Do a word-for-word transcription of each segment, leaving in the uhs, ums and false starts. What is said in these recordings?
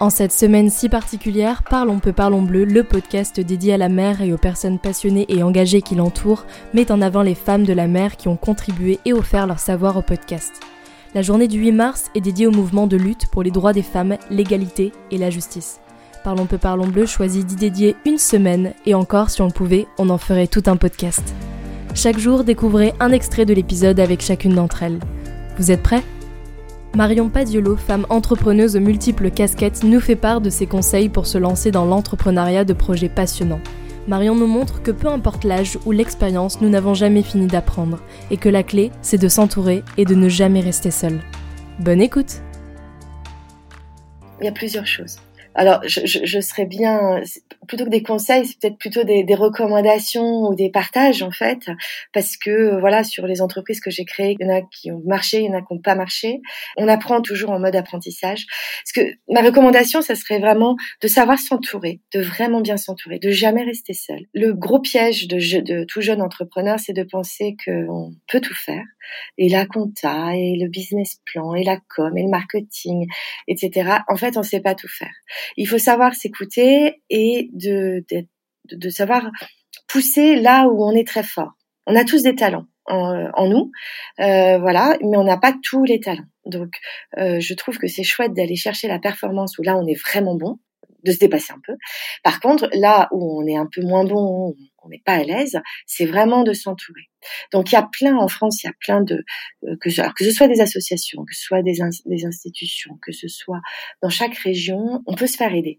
En cette semaine si particulière, Parlons peu, parlons bleu, le podcast dédié à la mer et aux personnes passionnées et engagées qui l'entourent, met en avant les femmes de la mer qui ont contribué et offert leur savoir au podcast. La journée du huit mars est dédiée au mouvement de lutte pour les droits des femmes, l'égalité et la justice. Parlons peu, parlons bleu choisit d'y dédier une semaine, et encore, si on le pouvait, on en ferait tout un podcast. Chaque jour, découvrez un extrait de l'épisode avec chacune d'entre elles. Vous êtes prêts ? Marion Padiolo, femme entrepreneuse aux multiples casquettes, nous fait part de ses conseils pour se lancer dans l'entrepreneuriat de projets passionnants. Marion nous montre que peu importe l'âge ou l'expérience, nous n'avons jamais fini d'apprendre, et que la clé, c'est de s'entourer et de ne jamais rester seul. Bonne écoute! Il y a plusieurs choses. Alors, je, je, je serais bien, plutôt que des conseils, c'est peut-être plutôt des, des recommandations ou des partages, en fait, parce que, voilà, sur les entreprises que j'ai créées, il y en a qui ont marché, il y en a qui n'ont pas marché. On apprend toujours en mode apprentissage. Parce que ma recommandation, ça serait vraiment de savoir s'entourer, de vraiment bien s'entourer, de jamais rester seul. Le gros piège de, de tout jeune entrepreneur, c'est de penser qu'on peut tout faire. Et la compta, et le business plan, et la com, et le marketing, et cetera. En fait, on ne sait pas tout faire. Il faut savoir s'écouter et de, de, de savoir pousser là où on est très fort. On a tous des talents en, en nous, euh, voilà, mais on n'a pas tous les talents. Donc, euh, je trouve que c'est chouette d'aller chercher la performance où là on est vraiment bon, de se dépasser un peu. Par contre, là où on est un peu moins bon, on n'est pas à l'aise, c'est vraiment de s'entourer. Donc, il y a plein, en France, il y a plein de, euh, que, alors, que ce soit des associations, que ce soit des, in, des institutions, que ce soit dans chaque région, on peut se faire aider.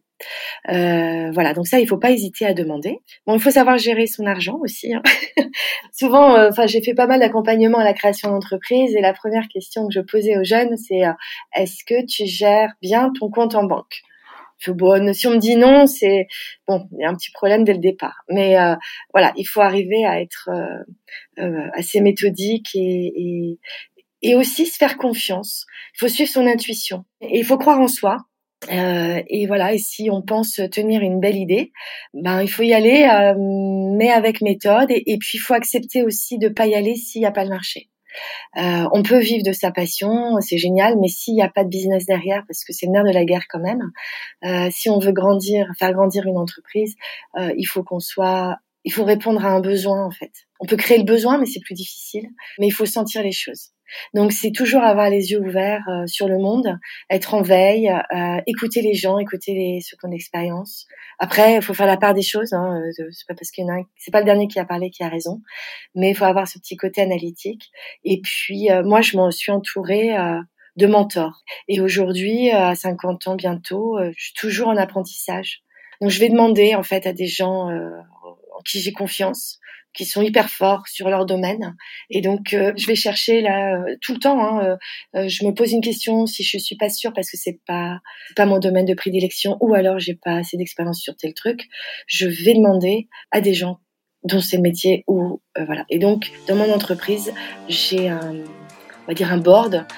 Euh, voilà, donc ça, il faut pas hésiter à demander. Bon, il faut savoir gérer son argent aussi. Hein. Souvent, enfin, euh, j'ai fait pas mal d'accompagnement à la création d'entreprise et la première question que je posais aux jeunes, c'est euh, est-ce que tu gères bien ton compte en banque ? Bon, si on me dit non, c'est bon, il y a un petit problème dès le départ. Mais euh, voilà, il faut arriver à être euh, euh, assez méthodique et, et et aussi se faire confiance. Il faut suivre son intuition et il faut croire en soi. Euh, et voilà, et si on pense tenir une belle idée, ben il faut y aller, euh, mais avec méthode. Et, et puis il faut accepter aussi de pas y aller s'il y a pas le marché. Euh, on peut vivre de sa passion, c'est génial, mais s'il n'y a pas de business derrière, parce que c'est le nerf de la guerre quand même, euh, si on veut grandir, faire grandir une entreprise, euh, il faut qu'on soit, il faut répondre à un besoin en fait. On peut créer le besoin, mais c'est plus difficile. Mais il faut sentir les choses. Donc c'est toujours avoir les yeux ouverts euh, sur le monde, être en veille, euh, écouter les gens, écouter les, ceux qui ont d'expérience. Après, il faut faire la part des choses. Hein, euh, c'est pas parce qu'il y en a, un, c'est pas le dernier qui a parlé qui a raison, mais il faut avoir ce petit côté analytique. Et puis euh, moi, je m'en suis entourée euh, de mentors. Et aujourd'hui, euh, à cinquante ans bientôt, euh, je suis toujours en apprentissage. Donc je vais demander en fait à des gens euh, en qui j'ai confiance, qui sont hyper forts sur leur domaine. Et donc, euh, je vais chercher là euh, tout le temps. Hein, euh, je me pose une question si je suis pas sûre parce que c'est pas c'est pas mon domaine de prédilection ou alors j'ai pas assez d'expérience sur tel truc. Je vais demander à des gens dont c'est le métier ou euh, voilà. Et donc, dans mon entreprise, j'ai un on va dire un board, euh,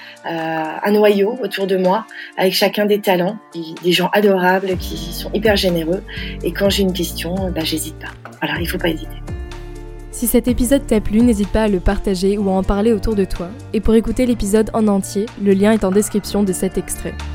un noyau autour de moi, avec chacun des talents, des gens adorables qui sont hyper généreux. Et quand j'ai une question, bah, j'hésite pas. Voilà, il faut pas hésiter. Si cet épisode t'a plu, n'hésite pas à le partager ou à en parler autour de toi. Et pour écouter l'épisode en entier, le lien est en description de cet extrait.